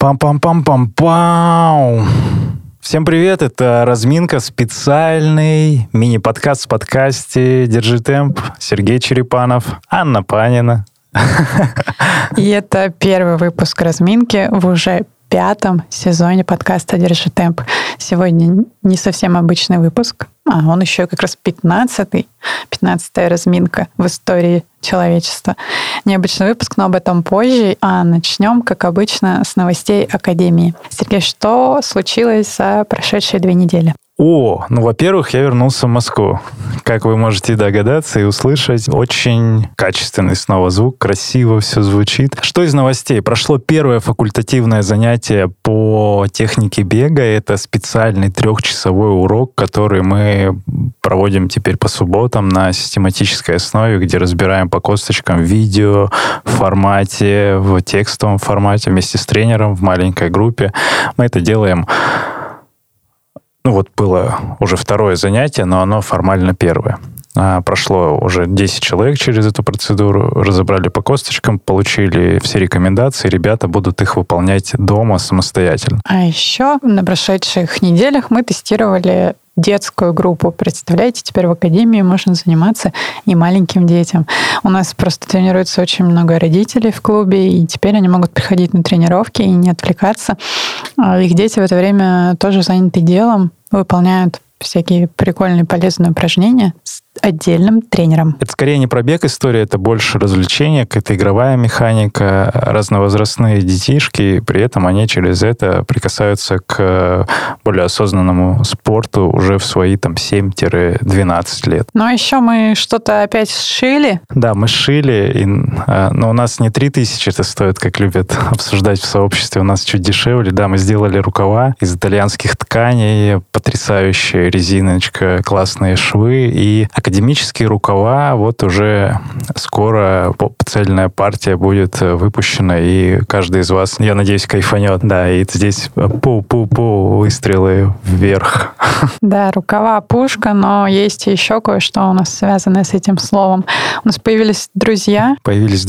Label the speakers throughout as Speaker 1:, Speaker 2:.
Speaker 1: Пам-пам-пам-пам-пам. Всем привет, это «Разминка», специальный мини-подкаст в подкасте «Держи темп». Сергей Черепанов, Анна Панина.
Speaker 2: И это первый выпуск «Разминки» в уже 5-м сезоне подкаста «Держи темп». Сегодня не совсем обычный выпуск, он еще как раз 15-я разминка в истории человечества. Необычный выпуск, но об этом позже. А начнем, как обычно, с новостей Академии. Сергей, что случилось за прошедшие 2 недели?
Speaker 1: Во-первых, я вернулся в Москву. Как вы можете догадаться и услышать, очень качественный снова звук, красиво все звучит. Что из новостей? Прошло первое факультативное занятие по технике бега. Это специальный 3-часовой урок, который мы проводим теперь по субботам на систематической основе, где разбираем по косточкам видео в формате, в текстовом формате вместе с тренером в маленькой группе. Мы это делаем. Было уже 2-е занятие, но оно формально 1-е. Прошло уже 10 человек через эту процедуру, разобрали по косточкам, получили все рекомендации, ребята будут их выполнять дома самостоятельно.
Speaker 2: А еще на прошедших неделях мы тестировали детскую группу. Представляете, теперь в Академии можно заниматься и маленьким детям. У нас просто тренируется очень много родителей в клубе, и теперь они могут приходить на тренировки и не отвлекаться. Их дети в это время тоже заняты делом, выполняют всякие прикольные полезные упражнения с отдельным тренером.
Speaker 1: Это скорее не про бег история, это больше развлечение, какая-то игровая механика, разновозрастные детишки, при этом они через это прикасаются к более осознанному спорту уже в свои 7-12 лет.
Speaker 2: Ну а еще мы что-то опять сшили.
Speaker 1: Да, мы сшили, но у нас не 3000 это стоит, как любят обсуждать в сообществе, у нас чуть дешевле. Да, мы сделали рукава из итальянских тканей, потрясающая резиночка, классные швы и академические рукава. Вот уже скоро цельная партия будет выпущена, и каждый из вас, я надеюсь, кайфанет. Да, и здесь пу-пу-пу, выстрелы вверх.
Speaker 2: Да, рукава пушка, но есть еще кое-что у нас связанное с этим словом. У нас появились друзья.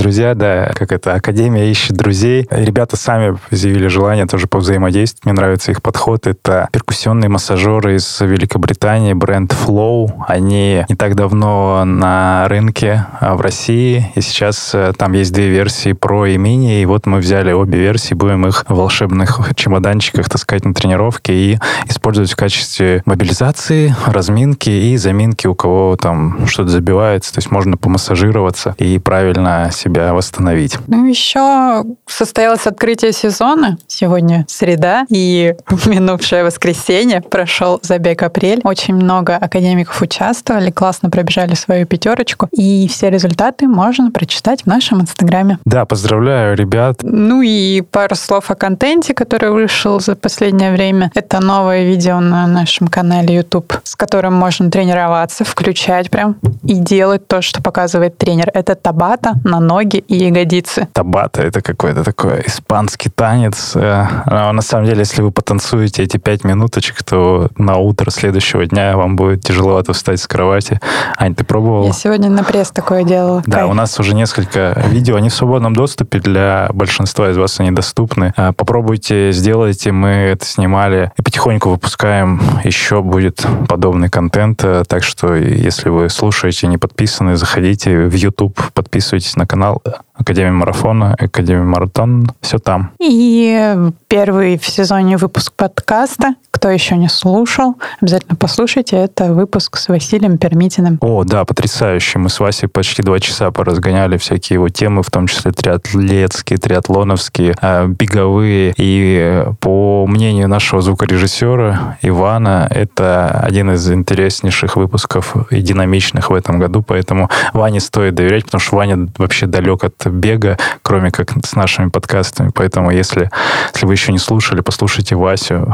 Speaker 1: Да, Академия ищет друзей. Ребята сами заявили желание тоже повзаимодействовать. Мне нравится их подход. Это перкуссионные массажеры из Великобритании, бренд Flow. Они не так давно на рынке в России, и сейчас там есть 2 версии Pro и Mini, и вот мы взяли обе версии, будем их в волшебных чемоданчиках таскать на тренировки и использовать в качестве мобилизации, разминки и заминки, у кого там что-то забивается, то есть можно помассажироваться и правильно себя восстановить.
Speaker 2: Еще состоялось открытие сезона. Сегодня среда, и в минувшее воскресенье прошел забег «Апрель». Очень много академиков участвовали, классно пробежали свою 5, и все результаты можно прочитать в нашем Инстаграме.
Speaker 1: Да, поздравляю, ребят.
Speaker 2: И пару слов о контенте, который вышел за последнее время. Это новое видео на нашем канале YouTube, с которым можно тренироваться, включать прям и делать то, что показывает тренер. Это табата на ноги и ягодицы.
Speaker 1: Табата — это какой-то такой испанский танец. Но на самом деле, если вы потанцуете эти 5 минуточек, то на утро следующего дня вам будет тяжеловато встать с кровати. Ань, ты пробовала?
Speaker 2: Я сегодня на пресс такое делала.
Speaker 1: Да, у нас уже несколько видео, они в свободном доступе, для большинства из вас они доступны. Попробуйте, сделайте, мы это снимали и потихоньку выпускаем. Еще будет подобный контент, так что если вы слушаете, не подписаны, заходите в YouTube, подписывайтесь на канал Академия Марафона, Академия Маратон, все там.
Speaker 2: И первый в сезоне выпуск подкаста. Кто еще не слушал, обязательно послушайте. Это выпуск с Василием Пермитиным.
Speaker 1: Да, потрясающе. Мы с Васей почти 2 часа поразгоняли всякие его темы, в том числе триатлетские, триатлоновские, беговые. И по мнению нашего звукорежиссера Ивана, это один из интереснейших выпусков и динамичных в этом году, поэтому Ване стоит доверять, потому что Ваня вообще далек от бега, кроме как с нашими подкастами. Поэтому если вы еще не слушали, послушайте Васю.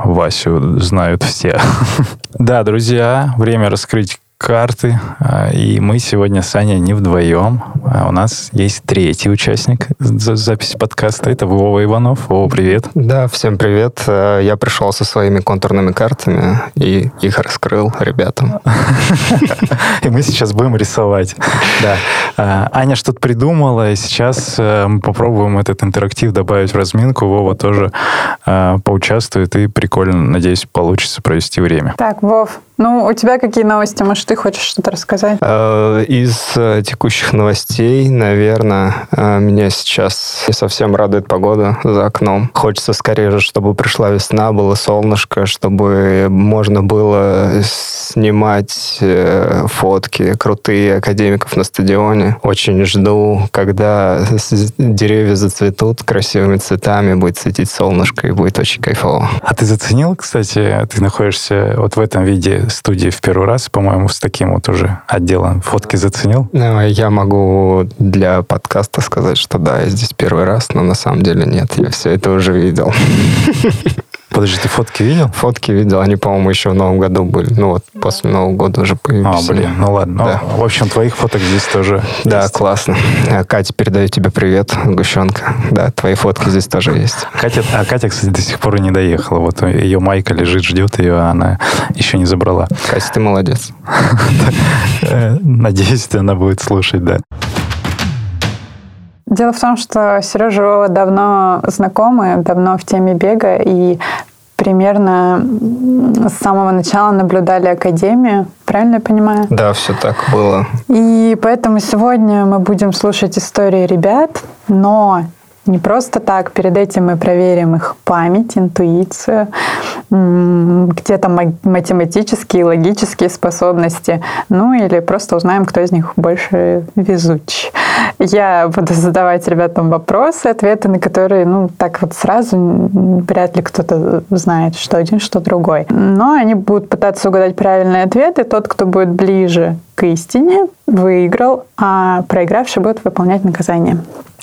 Speaker 1: Васю знают все. Да, друзья, время раскрыть карты. И мы сегодня с Аней не вдвоем. у нас есть третий участник записи подкаста. Это Вова Иванов. Вова, привет.
Speaker 3: Да, всем привет. Я пришел со своими контурными картами и их раскрыл ребятам.
Speaker 1: И мы сейчас будем рисовать. Да. Аня что-то придумала, и сейчас мы попробуем этот интерактив добавить в разминку. Вова тоже поучаствует, и прикольно, надеюсь, получится провести время.
Speaker 2: Так, Вов, у тебя какие новости? Может, ты хочешь что-то рассказать?
Speaker 3: Из текущих новостей, наверное, меня сейчас не совсем радует погода за окном. Хочется скорее же, чтобы пришла весна, было солнышко, чтобы можно было снимать фотки крутые академиков на стадионе. Очень жду, когда деревья зацветут красивыми цветами, будет светить солнышко, и будет очень кайфово.
Speaker 1: А ты заценил, кстати, ты находишься вот в этом виде студии в первый раз, по-моему, с таким вот уже отделом. Фотки заценил?
Speaker 3: Я могу для подкаста сказать, что да, я здесь первый раз, но на самом деле нет, я все это уже видел.
Speaker 1: Подожди, ты фотки видел?
Speaker 3: Фотки видел, они, по-моему, еще в Новом году были. После Нового года уже появились.
Speaker 1: Ладно. Да. В общем, твоих фоток здесь тоже
Speaker 3: да,
Speaker 1: есть.
Speaker 3: Классно. Катя, передаю тебе привет, сгущенка. Да, твои фотки здесь тоже есть.
Speaker 1: Катя, кстати, до сих пор и не доехала. Вот ее майка лежит, ждет ее, а она еще не забрала.
Speaker 3: Катя, ты молодец.
Speaker 1: Надеюсь, она будет слушать, да.
Speaker 2: Дело в том, что Сережа и Вова давно знакомы, давно в теме бега, и примерно с самого начала наблюдали Академию. Правильно я понимаю?
Speaker 3: Да, все так было.
Speaker 2: И поэтому сегодня мы будем слушать истории ребят, но не просто так. Перед этим мы проверим их память, интуицию, где-то математические, логические способности, или просто узнаем, кто из них больше везучий. Я буду задавать ребятам вопросы, ответы на которые, так вот сразу вряд ли кто-то знает, что один, что другой. Но они будут пытаться угадать правильные ответы. Тот, кто будет ближе к истине, выиграл, а проигравший будет выполнять наказание.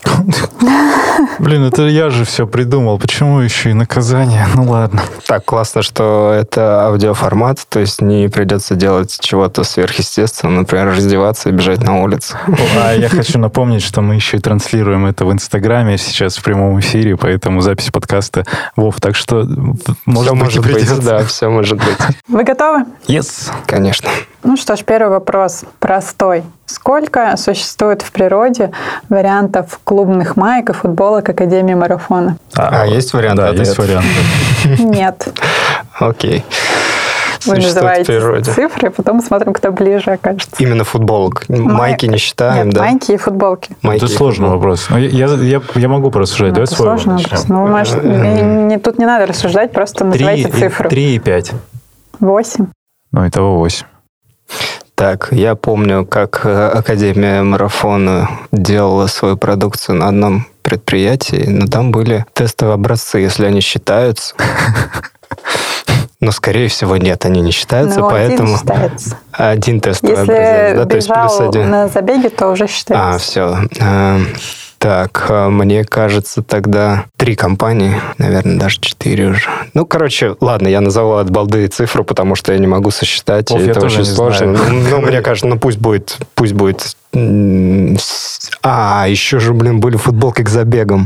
Speaker 1: Блин, это я же все придумал. Почему еще и наказание? Ладно.
Speaker 3: Так, классно, что это аудиоформат, то есть не придется делать чего-то сверхъестественного, например, раздеваться и бежать на улицу.
Speaker 1: А я хочу напомнить, что мы еще и транслируем это в Инстаграме сейчас в прямом эфире, поэтому запись подкаста. Вов, так что
Speaker 3: может быть, да, все может быть.
Speaker 2: Вы готовы?
Speaker 1: Yes.
Speaker 3: Конечно.
Speaker 2: Что ж, первый вопрос простой. Сколько существует в природе вариантов клубных маек и футболок Академии марафона?
Speaker 3: Есть варианты?
Speaker 1: Да, есть варианты.
Speaker 2: Нет.
Speaker 3: Окей.
Speaker 2: Вы называете цифры, потом смотрим, кто ближе окажется.
Speaker 3: Именно футболок. Майки не считаем,
Speaker 2: Нет,
Speaker 3: да?
Speaker 2: майки и футболки.
Speaker 1: Это сложный вопрос. Я могу порассуждать. Давай свой
Speaker 2: сложный вопрос. Тут не надо рассуждать, просто называйте цифру.
Speaker 1: 3 и 5.
Speaker 2: 8.
Speaker 1: Итого 8.
Speaker 3: Так, я помню, как Академия марафона делала свою продукцию на одном предприятии, но там были тестовые образцы, если они считаются. Но, скорее всего, нет, они не считаются, поэтому... Один тестовый образец, да, то есть плюс один.
Speaker 2: Если бежал на забеге, то уже считается.
Speaker 3: Все. Так, мне кажется, тогда 3 компании, наверное, даже 4 уже. Ладно, я назову от балды цифру, потому что я не могу сосчитать, и это очень сложно. Мне кажется, пусть будет... еще же, были футболки к забегам.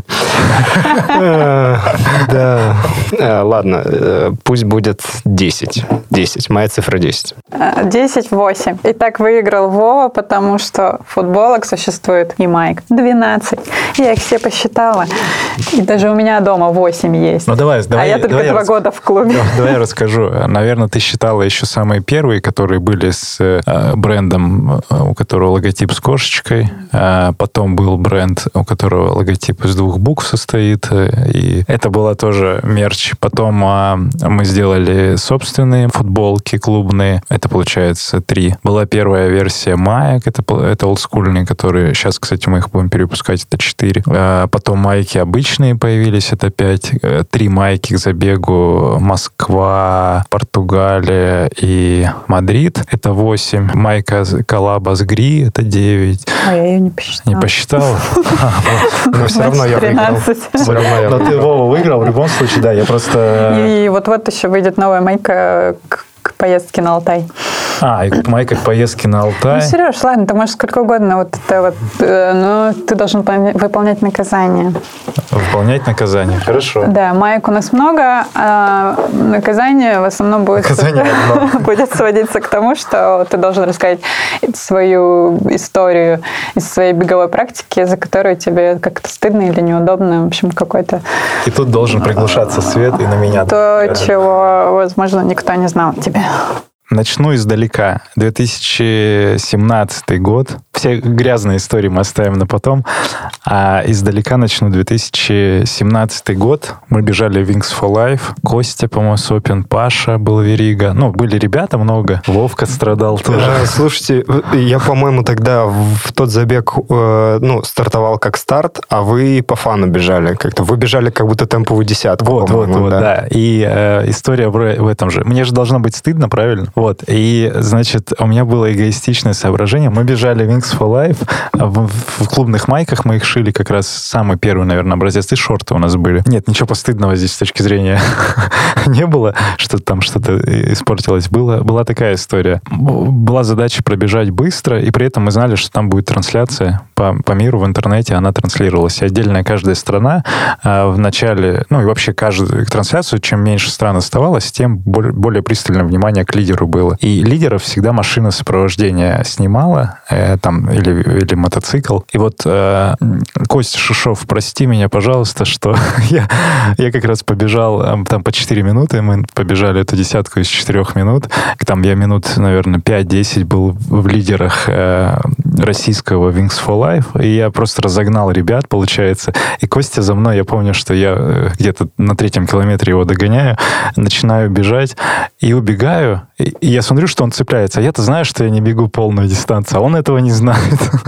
Speaker 3: Да. Ладно, пусть будет 10. 10. Моя цифра 10.
Speaker 2: 10-8. Итак, выиграл Вова, потому что футболок существует и майк 12. Я их все посчитала. И даже у меня дома 8 есть.
Speaker 1: Давай.
Speaker 2: А я только 2 года в клубе.
Speaker 1: Давай я расскажу. Наверное, ты считала еще самые первые, которые были с брендом, у которого логотип с кошечкой. Потом был бренд, у которого логотип из 2 букв состоит. И это была тоже мерч. Потом мы сделали собственные футболки клубные. Это, получается, 3. Была первая версия маек. Это олдскульные, которые... Сейчас, кстати, мы их будем перепускать. Это 4. Потом майки обычные появились. Это 5. 3 майки к забегу. Москва, Португалия и Мадрид. Это 8. Майка коллаба с Гри. Это 9.
Speaker 2: Я ее не посчитала.
Speaker 1: Не посчитала?
Speaker 3: Но все равно я выиграл.
Speaker 1: Но ты, Вова, выиграл в любом случае, да. Я просто...
Speaker 2: И вот еще выйдет новая майка к поездке на Алтай.
Speaker 1: И майка к поездке на Алтай.
Speaker 2: Ну, Сереж, ладно, ты можешь сколько угодно вот это вот, но ты должен выполнять наказание.
Speaker 1: Выполнять наказание, хорошо.
Speaker 2: Да, маек у нас много, а наказание в основном будет сводиться к тому, что ты должен рассказать свою историю из своей беговой практики, за которую тебе как-то стыдно или неудобно, в общем, какой-то...
Speaker 1: И тут должен приглушаться свет и на меня.
Speaker 2: То, чего, возможно, никто не знал о тебе.
Speaker 1: Начну издалека. 2017 год. Все грязные истории мы оставим на потом. А издалека начну. 2017 год. Мы бежали в Wings for Life. Костя, по-моему, Сопин, Паша был, Верига. Ну, были ребята много. Вовка страдал тоже.
Speaker 3: Слушайте, я, по-моему, тогда в тот забег стартовал как старт, а вы по фану бежали. Как-то вы бежали как будто темповую десятку.
Speaker 1: Вот, да. И история в этом же. Мне же должно быть стыдно, правильно? Вот. И, значит, у меня было эгоистичное соображение. Мы бежали Wings for Life. В клубных майках мы их шили как раз самый первый, наверное, образец. И шорты у нас были. Нет, ничего постыдного здесь с точки зрения не было, что там что-то испортилось. Была такая история. Была задача пробежать быстро, и при этом мы знали, что там будет трансляция по миру в интернете. Она транслировалась. И отдельная каждая страна в начале, и вообще каждую трансляцию, чем меньше стран оставалось, тем более пристальное внимание к лидеру было. И лидеров всегда машина сопровождения снимала, или мотоцикл. И вот Костя Шишов, прости меня, пожалуйста, что я как раз побежал там по 4 минуты, мы побежали эту десятку из 4 минут. Там я минут, наверное, 5-10 был в лидерах российского Wings for Life, и я просто разогнал ребят, получается. И Костя за мной, я помню, что я где-то на 3-м километре его догоняю, начинаю бежать и убегаю, и я смотрю, что он цепляется. А я-то знаю, что я не бегу полную дистанцию, а он этого не знает.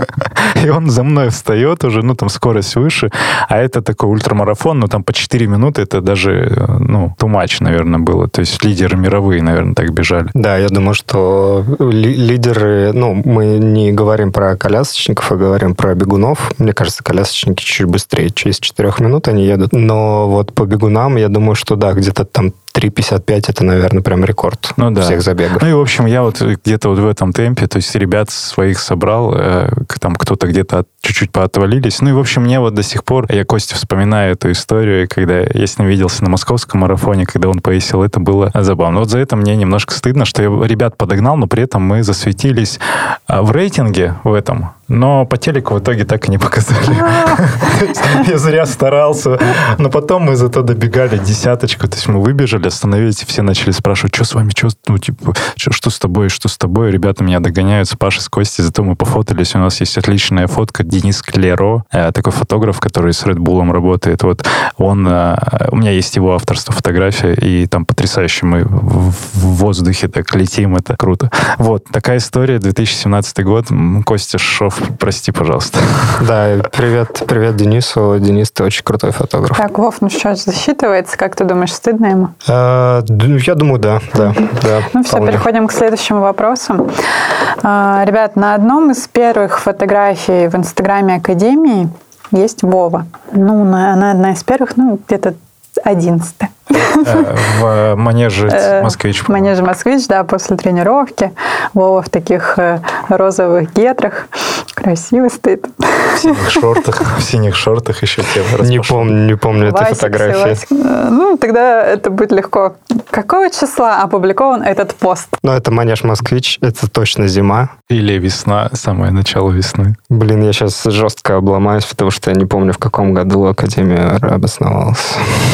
Speaker 1: И он за мной встает уже, там скорость выше, а это такой ультрамарафон, там по 4 минуты, это даже, too much, наверное, было. То есть лидеры мировые, наверное, так бежали.
Speaker 3: Да, я думаю, что лидеры, мы не говорим про колясочников, а говорим про бегунов. Мне кажется, колясочники чуть быстрее, через 4 минут они едут. Но вот по бегунам, я думаю, что да, где-то там 3:55 это, наверное, прям рекорд всех забегов.
Speaker 1: И, в общем, я вот где-то вот в этом темпе, то есть ребят своих собрал, там кто-то где-то чуть-чуть поотвалились. И, в общем, мне вот до сих пор, я Костю вспоминаю эту историю, когда я с ним виделся на московском марафоне, когда он повесил, это было забавно. Вот за это мне немножко стыдно, что я ребят подогнал, но при этом мы засветились в рейтинге в этом, но по телеку в итоге так и не показали. Я зря старался. Но потом мы зато добегали десяточку, то есть мы выбежали, остановились, и все начали спрашивать, что с вами, что с тобой, что с тобой. Ребята меня догоняют с Пашей, с Костей, зато мы пофотались. У нас есть отличная фотка. Денис Клеро, такой фотограф, который с Red Bull'ом работает. Вот он, у меня есть его авторство фотография, и там потрясающе мы в воздухе так летим, это круто. Вот, такая история, 2017 год. Костя Шишов, прости, пожалуйста.
Speaker 3: Да, привет Денису. Денис, ты очень крутой фотограф.
Speaker 2: Так, Вов, что, засчитывается? Как ты думаешь, стыдно ему?
Speaker 3: Я думаю, да.
Speaker 2: Все, переходим к следующему вопросу. Ребят, на одном из первых фотографий в Инстаграме Академии есть Вова. Она одна из первых, где-то 11-я.
Speaker 1: В манеже «Москвич».
Speaker 2: В манеже «Москвич», да, после тренировки. Вова в таких розовых гетрах. Красиво стоит.
Speaker 1: В синих шортах еще тебя
Speaker 3: Не помню этой фотографии.
Speaker 2: Тогда это будет легко. Какого числа опубликован этот пост?
Speaker 3: Это манеж «Москвич», это точно зима.
Speaker 1: Или весна, самое начало весны.
Speaker 3: Блин, я сейчас жестко обломаюсь, потому что я не помню, в каком году Академия обосновалась.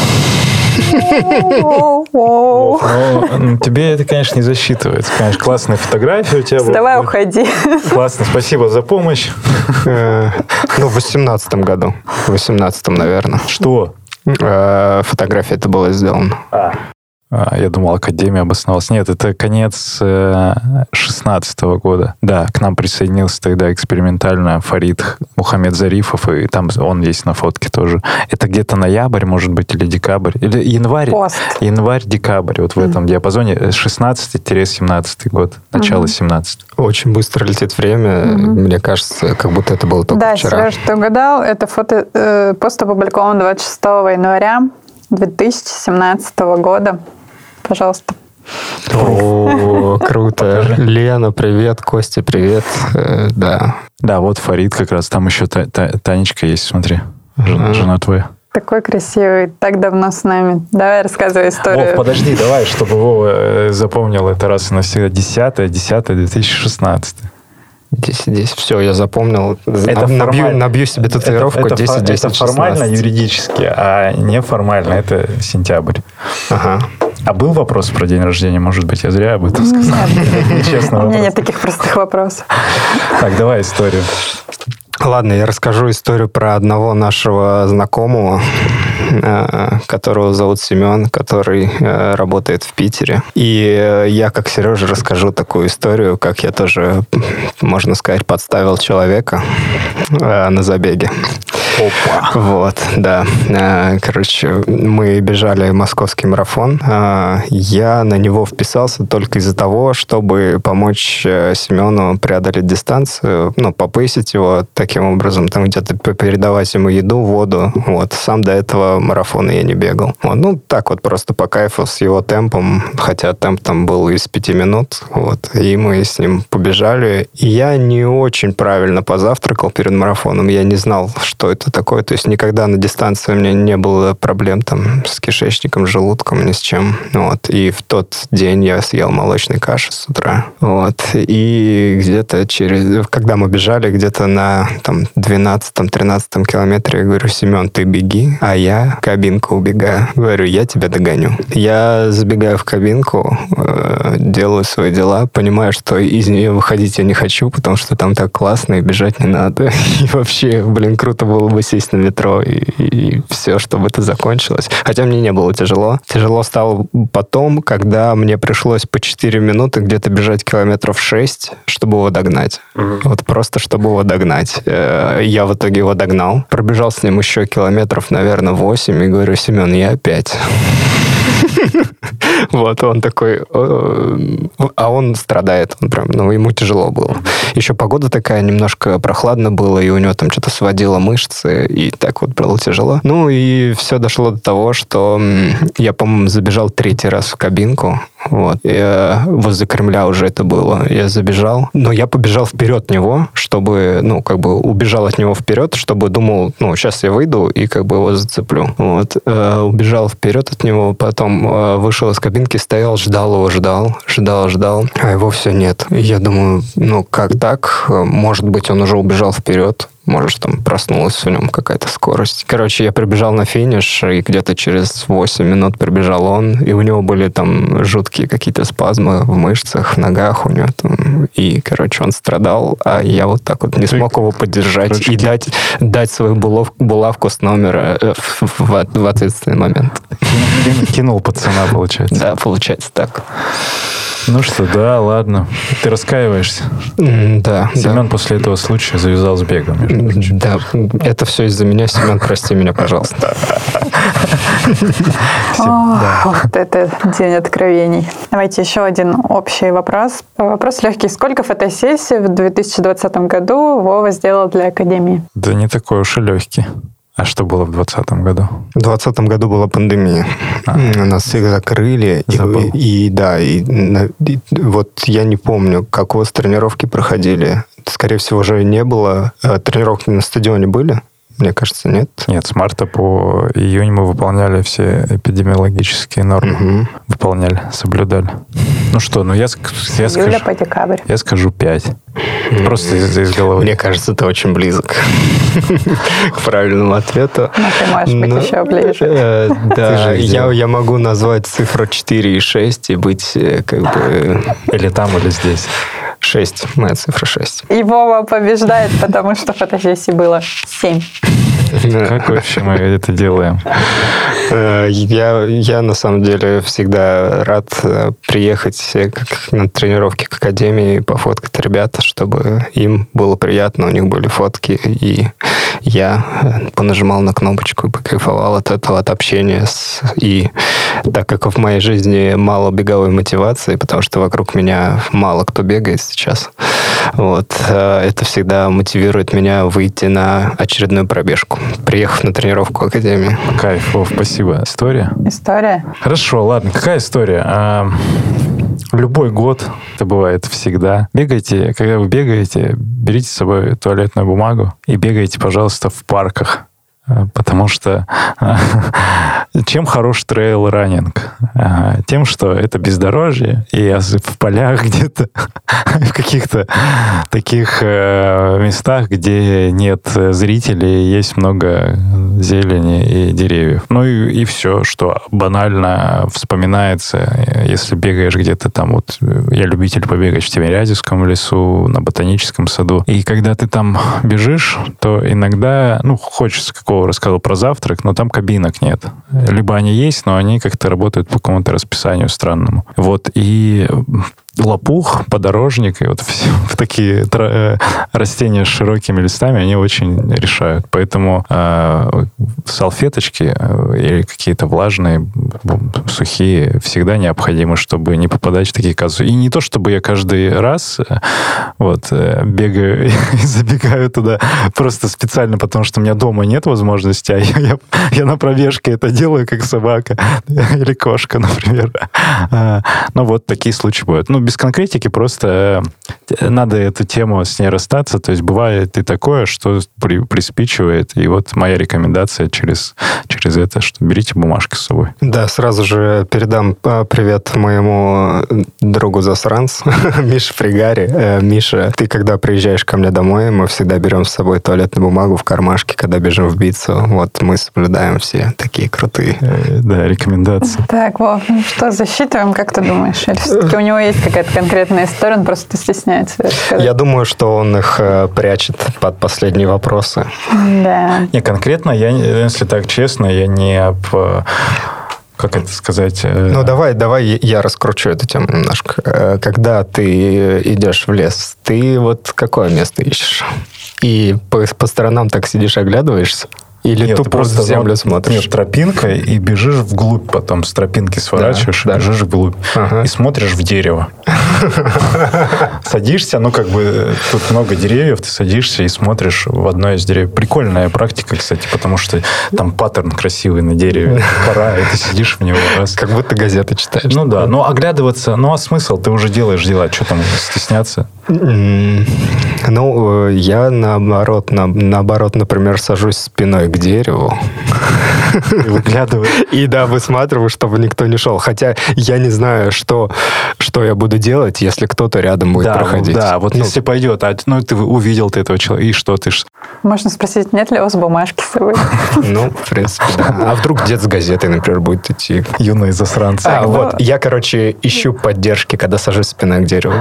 Speaker 1: Тебе это, конечно, не засчитывается. Конечно, классная фотография у тебя.
Speaker 2: Давай уходи.
Speaker 1: Классно, спасибо за помощь.
Speaker 3: В 18-м году. В 18-м, наверное.
Speaker 1: Что?
Speaker 3: Фотография это была сделана.
Speaker 1: Я думал, Академия обосновалась. Нет, это конец 16-го года. Да, к нам присоединился тогда экспериментально Фарид Мухаммед Зарифов, и там он есть на фотке тоже. Это где-то ноябрь, может быть, или декабрь. Или январь.
Speaker 2: Пост.
Speaker 1: Январь-декабрь. Вот в этом диапазоне 16-17 год. Начало 17.
Speaker 3: Очень быстро летит время. Мне кажется, как будто это было только вчера.
Speaker 2: Да, Сереж, ты угадал. Это пост опубликован 26 января 2017 года. Пожалуйста.
Speaker 3: О, круто. Лена, привет. Костя, привет. Да.
Speaker 1: Да, вот Фарид как раз. Там еще Танечка есть, смотри. Жена твоя.
Speaker 2: Такой красивый, так давно с нами. Давай рассказывай историю.
Speaker 1: Вов, подожди, давай, чтобы Вова запомнил это раз и навсегда. 10-2016.
Speaker 3: 10-10. Все, я запомнил.
Speaker 1: Набью
Speaker 3: себе татуировку 10-10.
Speaker 1: Это формально юридически, а неформально это сентябрь.
Speaker 3: Ага.
Speaker 1: А был вопрос про день рождения, может быть? Я зря об этом сказал.
Speaker 2: Честно. У меня нет таких простых вопросов.
Speaker 1: Так, давай историю.
Speaker 3: Ладно, я расскажу историю про одного нашего знакомого, которого зовут Семен, который работает в Питере. И я, как Сережа, расскажу такую историю, как я тоже, можно сказать, подставил человека на забеге.
Speaker 1: Опа.
Speaker 3: Вот, да. Короче, мы бежали московский марафон. Я на него вписался только из-за того, чтобы помочь Семену преодолеть дистанцию, попейсить его таким образом, там где-то передавать ему еду, воду. Вот. Сам до этого марафона я не бегал. Вот. Так вот просто по кайфу с его темпом, хотя темп там был из 5 минут. Вот. И мы с ним побежали. И я не очень правильно позавтракал перед марафоном. Я не знал, что это такое. То есть никогда на дистанции у меня не было проблем там с кишечником, с желудком, ни с чем. Вот. И в тот день я съел молочной каши с утра. Вот. И где-то когда мы бежали, где-то на 12-13 километре, я говорю: Семен, ты беги, а я в кабинку убегаю. Говорю, я тебя догоню. Я забегаю в кабинку, делаю свои дела, понимаю, что из нее выходить я не хочу, потому что там так классно, и бежать не надо. И вообще, круто было бы сесть на метро, и все, чтобы это закончилось. Хотя мне не было тяжело. Тяжело стало потом, когда мне пришлось по 4 минуты где-то бежать километров 6, чтобы его догнать. Вот просто, чтобы его догнать. Я в итоге его догнал. Пробежал с ним еще километров, наверное, 8, и говорю: Семен, я опять. Вот, он такой... А он страдает. Он прям, ему тяжело было. Еще погода такая, немножко прохладно было, и у него там что-то сводило мышцы, и так вот было тяжело. И все дошло до того, что я, по-моему, забежал 3-й раз в кабинку. Вот. Возле Кремля уже это было. Я забежал, но я побежал вперед него, чтобы, убежал от него вперед, чтобы думал, сейчас я выйду и его зацеплю. Вот. Убежал вперед от него, потом вышел из кабинки, стоял, ждал его, ждал, а его все нет. И я думаю, как так? Может быть, он уже убежал вперед. Может, там проснулась в нем какая-то скорость. Короче, я прибежал на финиш, и где-то через 8 минут прибежал он, и у него были там жуткие какие-то спазмы в мышцах, в ногах у него там. И, он страдал, а я вот так вот не смог его поддержать и дать свою булавку с номера в ответственный момент.
Speaker 1: Кинул пацана, получается.
Speaker 3: Да, получается так.
Speaker 1: Ну что, да, ладно. Ты раскаиваешься?
Speaker 3: Да.
Speaker 1: Семен после этого случая завязал с бегом.
Speaker 3: Да, это все из-за меня. Семен, прости меня, пожалуйста.
Speaker 2: Вот это день откровений. Давайте еще один общий вопрос. Вопрос легкий. Сколько фотосессий в 2020 году Вова сделал для Академии?
Speaker 1: Да не такой уж и легкий. А что было в 2020 году?
Speaker 3: В 2020 году была пандемия. Нас всех закрыли. И вот я не помню, как у вас тренировки проходили. Скорее всего, уже не было. Тренировки на стадионе были? Мне кажется, нет.
Speaker 1: Нет, с марта по июнь мы выполняли все эпидемиологические нормы. Выполняли, соблюдали. Ну что, я скажу...
Speaker 2: Июля по декабрь.
Speaker 1: Я скажу 5. Просто из головы.
Speaker 3: Мне кажется, ты очень близок к правильному ответу.
Speaker 2: Ты можешь быть еще ближе.
Speaker 3: Да, я могу назвать цифру 4 и 6 и быть
Speaker 1: Или там, или здесь.
Speaker 3: 6. Моя цифра 6.
Speaker 2: И Вова побеждает, потому что фотосессий было 7.
Speaker 1: Как вообще мы это делаем?
Speaker 3: Я на самом деле всегда рад приехать на тренировки к Академии, пофоткать ребят, чтобы им было приятно, у них были фотки, и я понажимал на кнопочку и покайфовал от этого, от общения. И так как в моей жизни мало беговой мотивации, потому что вокруг меня мало кто бегает сейчас, это всегда мотивирует меня выйти на очередную пробежку, приехав на тренировку Академии.
Speaker 1: Кайф, спасибо. История?
Speaker 2: История?
Speaker 1: Хорошо, ладно. Какая история? любой год, это бывает всегда. Бегайте, когда вы бегаете, берите с собой туалетную бумагу и бегайте, пожалуйста, в парках. Потому что чем хорош трейл-раннинг? Тем, что это бездорожье, и в полях где-то, в каких-то таких местах, где нет зрителей, есть много зелени и деревьев. Ну и все, что банально вспоминается, если бегаешь где-то там, вот я любитель побегать в Тимирязевском лесу, на Ботаническом саду, и когда ты там бежишь, то иногда, хочется рассказал про завтрак, но там кабинок нет. Либо они есть, но они как-то работают по какому-то расписанию странному. Вот, и лопух, подорожник, и вот такие растения с широкими листами, они очень решают. Поэтому салфеточки или какие-то влажные, сухие всегда необходимы, чтобы не попадать в такие казусы. И не то, чтобы я каждый раз бегаю и забегаю туда просто специально, потому что у меня дома нет возможности, а я на пробежке это делаю, как собака или кошка, например. Но вот такие случаи бывают. Без конкретики, просто надо эту тему с ней расстаться. То есть бывает и такое, что приспичивает. И вот моя рекомендация через это, что берите бумажки с собой.
Speaker 3: Да, сразу же передам привет моему другу-засранцу Мише Фригари. Миша, ты когда приезжаешь ко мне домой, мы всегда берем с собой туалетную бумагу в кармашке, когда бежим в бицу. Вот мы соблюдаем все такие крутые.
Speaker 1: Да, рекомендации.
Speaker 2: Так, Вов, что, засчитываем, как ты думаешь? Или все-таки у него есть какая-то конкретная история, он просто стесняется рассказать?
Speaker 3: Я думаю, что он их прячет под последние вопросы.
Speaker 2: Да.
Speaker 1: Не, конкретно, если так честно, я не как это сказать?
Speaker 3: Давай я раскручу эту тему немножко. Когда ты идешь в лес, ты вот какое место ищешь? И по сторонам так сидишь, оглядываешься? Или
Speaker 1: нет,
Speaker 3: ты просто землю смотришь?
Speaker 1: Нет, тропинка, и бежишь вглубь потом. С тропинки сворачиваешь, бежишь вглубь. И смотришь в дерево. Садишься, тут много деревьев, ты садишься и смотришь в одно из деревьев. Прикольная практика, кстати, потому что там паттерн красивый на дереве. Пора, и ты сидишь в него.
Speaker 3: Как будто газеты читаешь.
Speaker 1: Ну да, но оглядываться, а смысл? Ты уже делаешь дела, что там стесняться?
Speaker 3: Я наоборот, например, сажусь спиной к дереву.
Speaker 1: И выглядываю.
Speaker 3: И высматриваю, чтобы никто не шел. Хотя я не знаю, что я буду делать, если кто-то рядом будет проходить.
Speaker 1: Да, вот если пойдет, ты увидел этого человека, и что ты...
Speaker 2: Можно спросить, нет ли у вас бумажки с собой?
Speaker 3: В принципе, да. А вдруг дед с газетой, например, будет идти?
Speaker 1: Юные засранцы.
Speaker 3: Я, ищу поддержки, когда сажусь спиной к дереву.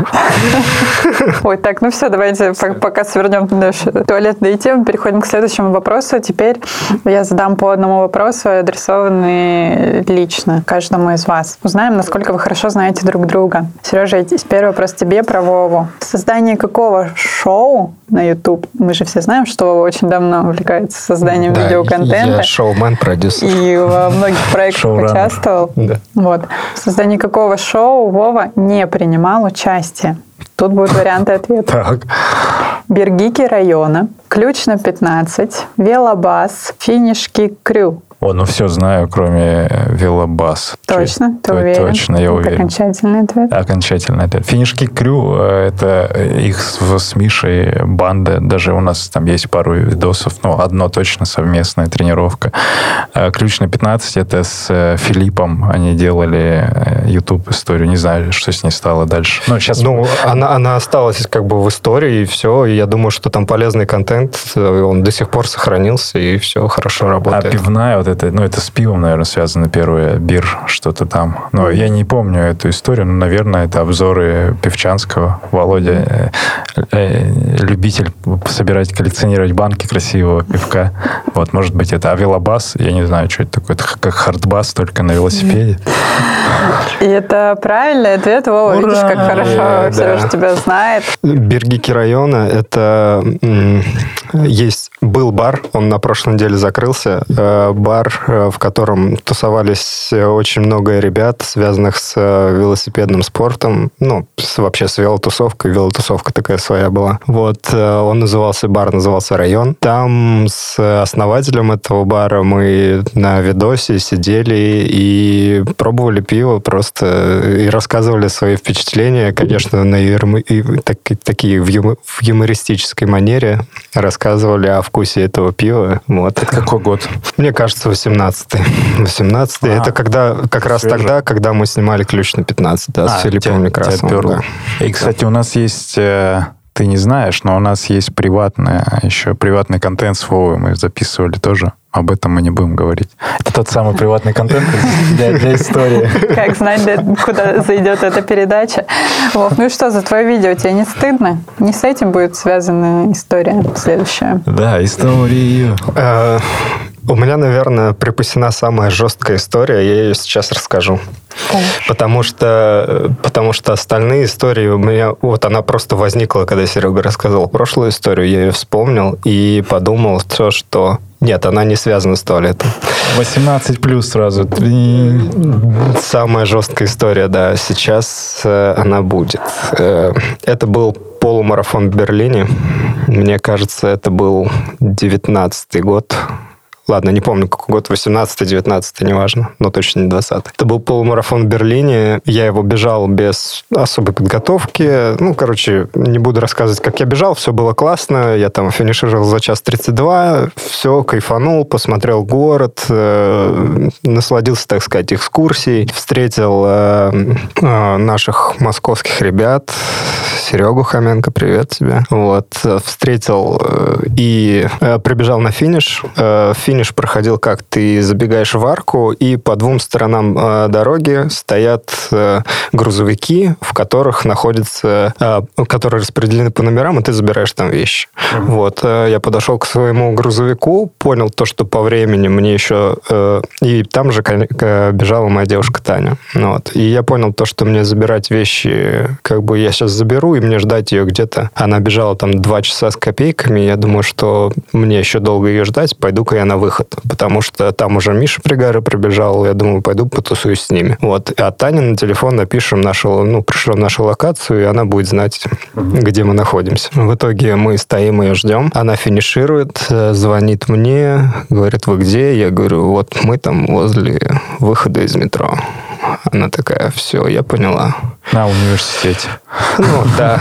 Speaker 2: Ой, так, все, давайте пока свернем наши туалетные темы, переходим к следующему вопросу. Теперь я задам по одному вопросу, адресованный лично каждому из вас. Узнаем, насколько вы хорошо знаете друг друга. Сережа, первый вопрос тебе про Вову. В создании какого шоу на YouTube? Мы же все знаем, что Вова очень давно увлекается созданием видеоконтента.
Speaker 3: Я шоумен, продюсер.
Speaker 2: И во многих проектах участвовал.
Speaker 3: Да.
Speaker 2: Вот. В создании какого шоу Вова не принимал участие? Тут будут варианты ответа.
Speaker 1: Так.
Speaker 2: Бергики района, Ключ на 15, Велобас, Финишки Крю.
Speaker 1: Все знаю, кроме Велобас.
Speaker 2: Точно? Ты уверен?
Speaker 1: Точно, я уверен.
Speaker 2: Окончательный ответ?
Speaker 1: Окончательный ответ. Финишки Крю, это их с Мишей банда. Даже у нас там есть пару видосов, одно точно совместная тренировка. Ключ на 15, это с Филиппом они делали YouTube-историю. Не знаю, что с ней стало дальше. Сейчас...
Speaker 3: Она осталась в истории, и все. И я думаю, что там полезный контент, он до сих пор сохранился, и все хорошо работает.
Speaker 1: А пивная это с пивом, наверное, связано первое, бир, что-то там. Но я не помню эту историю, но, наверное, это обзоры Певчанского. Володя любитель собирать, коллекционировать банки красивого пивка. Может быть, это. А Велобас, я не знаю, что это такое. Это как хардбас, только на велосипеде.
Speaker 2: И это правильный ответ, Вова. Видишь, как хорошо Сережа тебя знает.
Speaker 3: Бергики района, это был бар, он на прошлой неделе закрылся. Бар, в котором тусовались очень много ребят, связанных с велосипедным спортом. Вообще с велотусовкой. Велотусовка такая своя была. Он назывался «Район». Там с основателем этого бара мы на видосе сидели и пробовали пиво просто просто и рассказывали свои впечатления, конечно, такие в юмористической манере рассказывали о вкусе этого пива. Вот.
Speaker 1: Это какой год?
Speaker 3: Мне кажется, 18-й. 18-й. Это как раз тогда, когда мы снимали «Ключ на 15», с Филиппом Некрасовым. Да.
Speaker 1: И, кстати, у нас есть... Ты не знаешь, но у нас есть приватный контент с Вовой. Мы записывали тоже. Об этом мы не будем говорить. Это тот самый приватный контент для истории.
Speaker 2: Как знать, куда зайдет эта передача. Вов, ну и что, за твое видео тебе не стыдно? Не с этим будет связана история следующая?
Speaker 1: Да, историю.
Speaker 3: У меня, наверное, припасена самая жесткая история, я ее сейчас расскажу. Потому что остальные истории у меня... Вот она просто возникла, когда Серега рассказал прошлую историю, я ее вспомнил и подумал, что... Нет, она не связана с туалетом.
Speaker 1: 18+ сразу.
Speaker 3: Самая жесткая история, да. Сейчас она будет. Это был полумарафон в Берлине. Мне кажется, это был 19-й год. Ладно, не помню, какой год, 18-й, 19-й, неважно, но точно не 20-й. Это был полумарафон в Берлине, я его бежал без особой подготовки. Не буду рассказывать, как я бежал, все было классно, я там финишировал за 1:32, все, кайфанул, посмотрел город, насладился, так сказать, экскурсией, встретил наших московских ребят, Серегу Хоменко, привет тебе. Встретил и прибежал на финиш. Финиш проходил как? Ты забегаешь в арку, и по двум сторонам дороги стоят грузовики, в которых находятся, которые распределены по номерам, и ты забираешь там вещи. Я подошел к своему грузовику, понял то, что по времени мне еще... И там же бежала моя девушка Таня. И я понял то, что мне забирать вещи, я сейчас заберу, и мне ждать ее где-то. Она бежала там 2 часа с копейками, я думаю, что мне еще долго ее ждать, пойду-ка я на выход, потому что там уже Миша Пригары прибежал, я думаю, пойду потусуюсь с ними. А Таня на телефон напишем пришлем нашу локацию, и она будет знать, где мы находимся. В итоге мы стоим, ее ждем. Она финиширует, звонит мне, говорит, вы где? Я говорю, мы там возле выхода из метро. Она такая, все, я поняла.
Speaker 1: На университете.
Speaker 3: Да.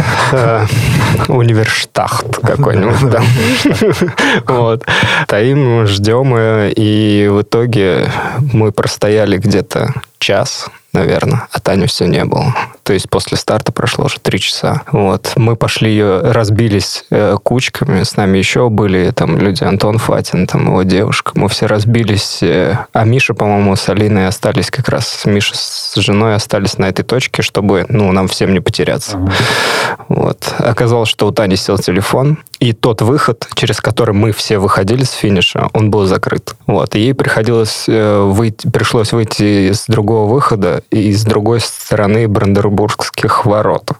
Speaker 3: Универштахт какой-нибудь там. Стоим, ждем, и в итоге мы простояли где-то час, наверное, а Тани все не было. То есть после старта прошло уже 3 часа. Мы пошли, разбились кучками, с нами еще были там люди, Антон Фатин, там его девушка. Мы все разбились, а Миша, по-моему, с Алиной остались как раз, Миша с женой остались на этой точке, чтобы, нам всем не потеряться. Оказалось, что у Тани сел телефон, и тот выход, через который мы все выходили с финиша, он был закрыт. И ей пришлось выйти с другого выхода и с другой стороны Бранденбургских ворот.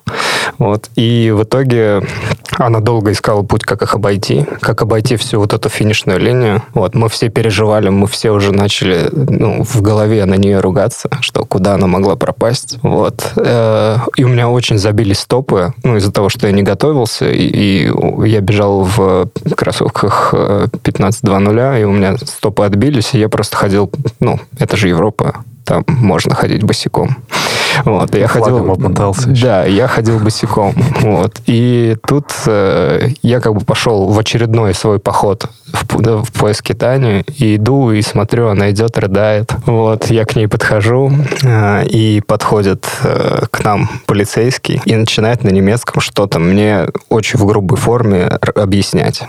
Speaker 3: И в итоге она долго искала путь, как их обойти, всю эту финишную линию. Мы все переживали, мы все уже начали в голове на нее ругаться, что куда она могла пропасть. И у меня очень забились стопы, из-за того, что я не готовился, и я бежал в кроссовках 15.2.0, и у меня стопы отбились, и я просто ходил, это же Европа, там можно ходить босиком. Я ходил...
Speaker 1: обмотался еще.
Speaker 3: Да, я ходил босиком. И тут я пошел в очередной свой поход в поиске Тани, и иду, и смотрю, она идет, рыдает. Я к ней подхожу, и подходит к нам полицейский, и начинает на немецком что-то мне очень в грубой форме объяснять.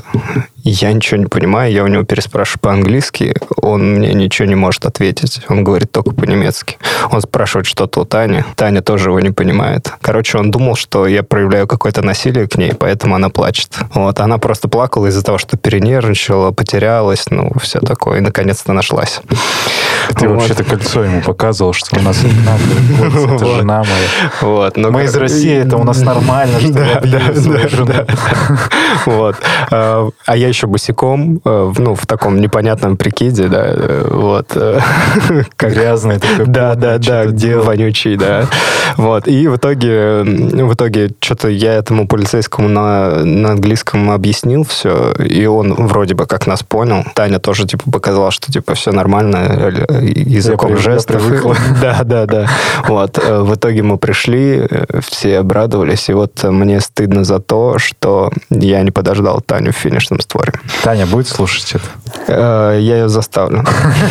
Speaker 3: Я ничего не понимаю, я у него переспрашиваю по-английски, он мне ничего не может ответить. Он говорит только по-немецки. Он спрашивает что-то у Тани. Таня тоже его не понимает. Он думал, что я проявляю какое-то насилие к ней, поэтому она плачет. Она просто плакала из-за того, что перенервничала, потерялась, все такое, и наконец-то нашлась.
Speaker 1: Ты вообще-то кольцо ему показывал, что у нас это жена моя. Мы из России, это у нас нормально, что мы объявим свою жену.
Speaker 3: А я еще босиком, в таком непонятном прикиде, да,
Speaker 1: грязный такой.
Speaker 3: Да, вонючий, да. И в итоге что-то я этому полицейскому на английском объяснил все, и он вроде бы как нас понял. Таня тоже, показала, что, все нормально, языком жестов. Да. Вот. В итоге мы пришли, все обрадовались, и вот мне стыдно за то, что я не подождал Таню в финишном створе.
Speaker 1: Таня будет слушать это?
Speaker 3: Я ее заставлю.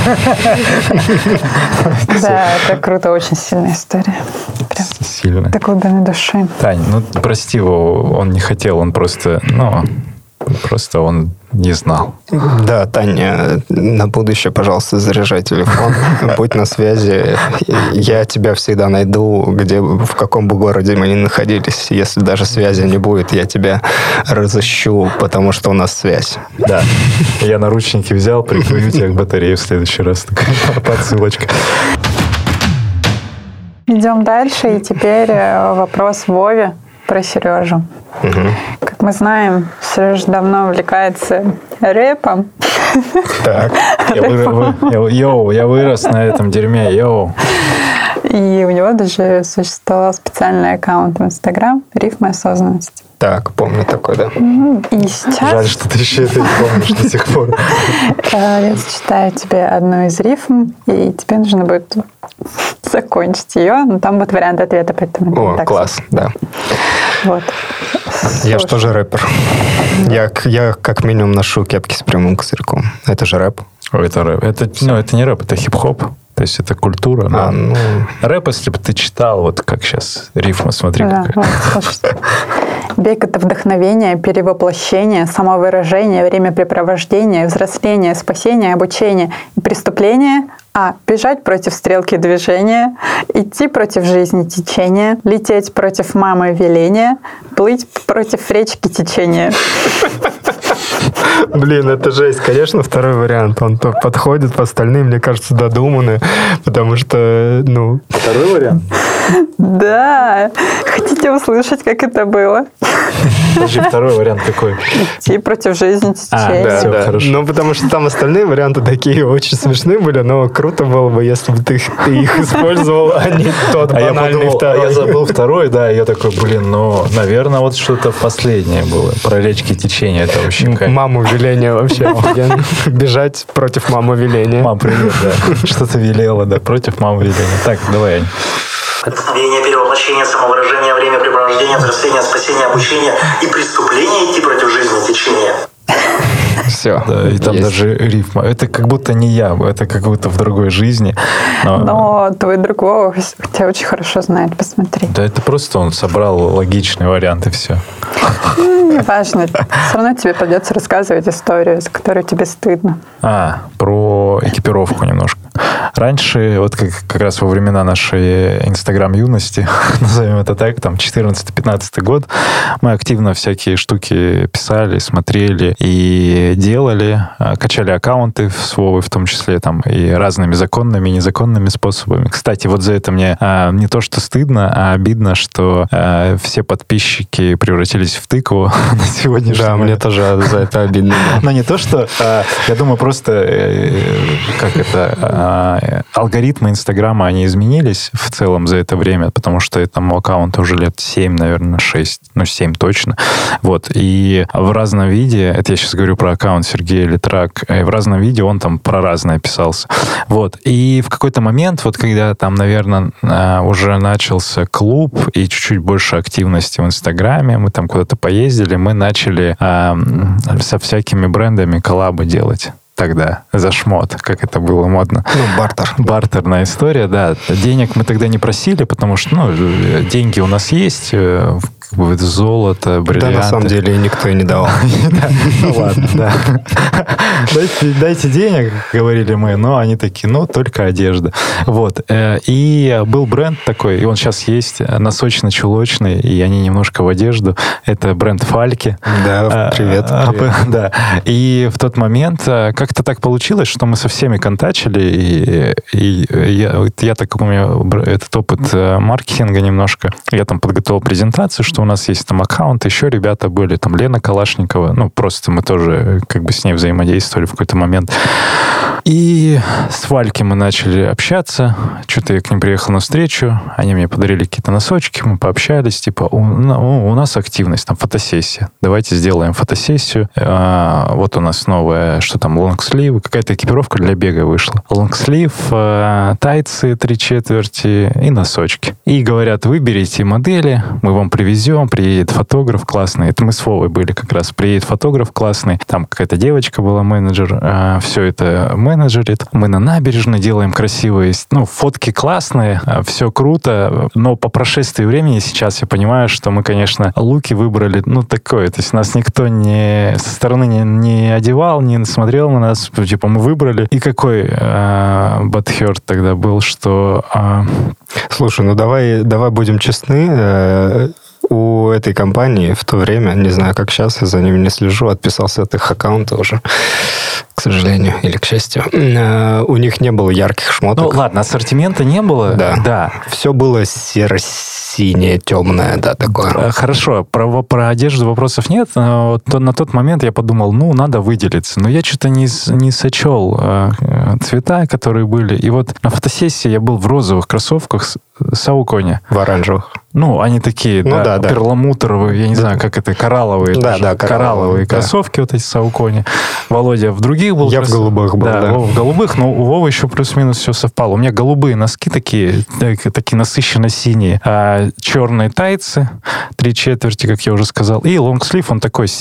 Speaker 2: Да, это круто, очень сильная история. Прям
Speaker 1: сильно.
Speaker 2: до глубины души.
Speaker 1: Тань, прости его, он не хотел, он просто он не знал.
Speaker 3: Да, Таня, на будущее, пожалуйста, заряжай телефон, будь на связи. Я тебя всегда найду, в каком бы городе мы ни находились. Если даже связи не будет, я тебя разыщу, потому что у нас связь.
Speaker 1: Да. Я наручники взял, прикрою тебя к батарее в следующий раз. Такая подсылочка.
Speaker 2: Идем дальше, и теперь вопрос Вове про Сережу. Как мы знаем, Сережа давно увлекается рэпом.
Speaker 3: Так.
Speaker 1: Я вырос на этом дерьме,
Speaker 2: И у него даже существовал специальный аккаунт в Инстаграм «Рифмы осознанности».
Speaker 3: Так, помню такой, да.
Speaker 2: И сейчас...
Speaker 1: Жаль, что ты еще это не помнишь до сих пор.
Speaker 2: Я зачитаю тебе одну из рифм, и тебе нужно будет закончить ее, но там будет вариант ответа, поэтому...
Speaker 3: О, класс, да.
Speaker 2: Вот.
Speaker 3: Я же тоже рэпер. Я как минимум ношу кепки с прямым козырьком. Это же рэп.
Speaker 1: Это рэп. Это не рэп, это хип-хоп. То есть это культура. Рэп, если бы ты читал, вот как сейчас рифма, смотри.
Speaker 2: Да, вот, слушайте. Бег – это вдохновение, перевоплощение, самовыражение, времяпрепровождение, взросление, спасение, обучение и преступление. Бежать против стрелки движения, идти против жизни течения, лететь против мамы веления, плыть против речки течения.
Speaker 3: Блин, это жесть. Конечно, второй вариант. Он подходит, по остальным, мне кажется, додуманы, потому что,
Speaker 1: Второй вариант?
Speaker 2: Да. Хотите услышать, как это было?
Speaker 1: Подожди, второй вариант какой?
Speaker 2: Идти против жизни течения.
Speaker 1: Все, хорошо.
Speaker 3: Потому что там остальные варианты такие очень смешные были, но круто было бы, если бы ты их использовал, а не тот банальный второй.
Speaker 1: Я забыл второй, да, и я такой, наверное, вот что-то последнее было. Про речки течения, это вообще кайф.
Speaker 3: Маму веления вообще. Бежать против мамы веления.
Speaker 1: Мам, привет, да. Что-то велела, да, против мамы веления. Так, давай, Ань.
Speaker 4: Вдохновение, перевоплощение, самовыражение, времяпрепровождение, взросление, спасение, обучение и преступление идти против жизни течения.
Speaker 3: Все.
Speaker 1: Да, и там даже рифма. Это как будто не я, это как будто в другой жизни.
Speaker 2: Но твой друг Вова тебя очень хорошо знает, посмотри.
Speaker 1: Да это просто он собрал логичные варианты, все.
Speaker 2: Неважно. Все равно тебе придется рассказывать историю, за которую тебе стыдно.
Speaker 1: Про экипировку немножко. Раньше, вот как раз во времена нашей Инстаграм-юности, назовем это так, там 14-15 год, мы активно всякие штуки писали, смотрели и делали, качали аккаунты с Вовой в том числе, там, и разными законными и незаконными способами. Кстати, вот за это мне не то что стыдно, а обидно, что все подписчики превратились в тыкву на сегодняшний
Speaker 3: момент. Да, мне тоже за это обидно.
Speaker 1: Но не то, что... Я думаю, просто алгоритмы Инстаграма, они изменились в целом за это время, потому что этому аккаунту уже лет 7, наверное, 6, 7 точно. Вот. И в разном виде, это я сейчас говорю про аккаунт Сергея Литрак, в разном виде он там про разное писался. Вот. И в какой-то момент, вот когда там, наверное, уже начался клуб и чуть-чуть больше активности в Инстаграме, мы там куда-то поездили, мы начали со всякими брендами коллабы делать. Тогда за шмот, как это было модно.
Speaker 3: Бартер.
Speaker 1: Бартерная история, да. Денег мы тогда не просили, потому что, деньги у нас есть, золото, бриллианты.
Speaker 3: Да, на самом деле никто и не давал.
Speaker 1: Ладно, да. Дайте денег, говорили мы, но они такие, только одежда. Вот. И был бренд такой, и он сейчас есть, носочно-чулочный, и они немножко в одежду. Это бренд Фальки.
Speaker 3: Да, привет.
Speaker 1: Да. И в тот момент как-то так получилось, что мы со всеми контачили, и я так как у меня этот опыт маркетинга немножко, я там подготовил презентацию, что у нас есть там аккаунт, еще ребята были, там Лена Калашникова, ну, просто мы тоже как бы с ней взаимодействовали в какой-то момент. И с Вальки мы начали общаться, что-то я к ним приехал на встречу, они мне подарили какие-то носочки, мы пообщались, типа, у нас активность, там, фотосессия, давайте сделаем фотосессию. Вот у нас новая, что там, лонгслив, какая-то экипировка для бега вышла. Лонгслив, тайцы 3/4 и носочки. И говорят, выберите модели, мы вам привезем, приедет фотограф классный. Это мы с Вовой были как раз. Приедет фотограф классный, там какая-то девочка была, менеджер, все это менеджерит. Мы на набережной делаем красивые, ну, фотки классные, все круто, но по прошествии времени сейчас я понимаю, что мы, конечно, луки выбрали, ну, такое, то есть нас никто не со стороны не одевал, не смотрел на нас, типа мы выбрали. И какой бадхёрт тогда был, что...
Speaker 3: Слушай, ну давай будем честны, у этой компании в то время, не знаю, как сейчас, я за ними не слежу, отписался от их аккаунта уже, к сожалению, или к счастью. У них не было ярких шмоток.
Speaker 1: Ну, ладно, ассортимента не было.
Speaker 3: Да. Все было серо-синее, темное, да, такое.
Speaker 1: Хорошо, про одежду вопросов нет. Вот на тот момент я подумал, ну, надо выделиться. Но я что-то не сочел цвета, которые были. И вот на фотосессии я был в розовых кроссовках Saucony.
Speaker 3: В оранжевых.
Speaker 1: Ну, они такие,
Speaker 3: ну, да,
Speaker 1: перламутровые, я не знаю, как это, коралловые.
Speaker 3: Да,
Speaker 1: коралловые кроссовки, вот эти Saucony. Володя в других был.
Speaker 3: Я в голубых был, да.
Speaker 1: Вова в голубых, но у Вовы еще плюс-минус все совпало. У меня голубые носки такие насыщенно синие, черные тайцы, 3/4, как я уже сказал, и лонгслив, он такой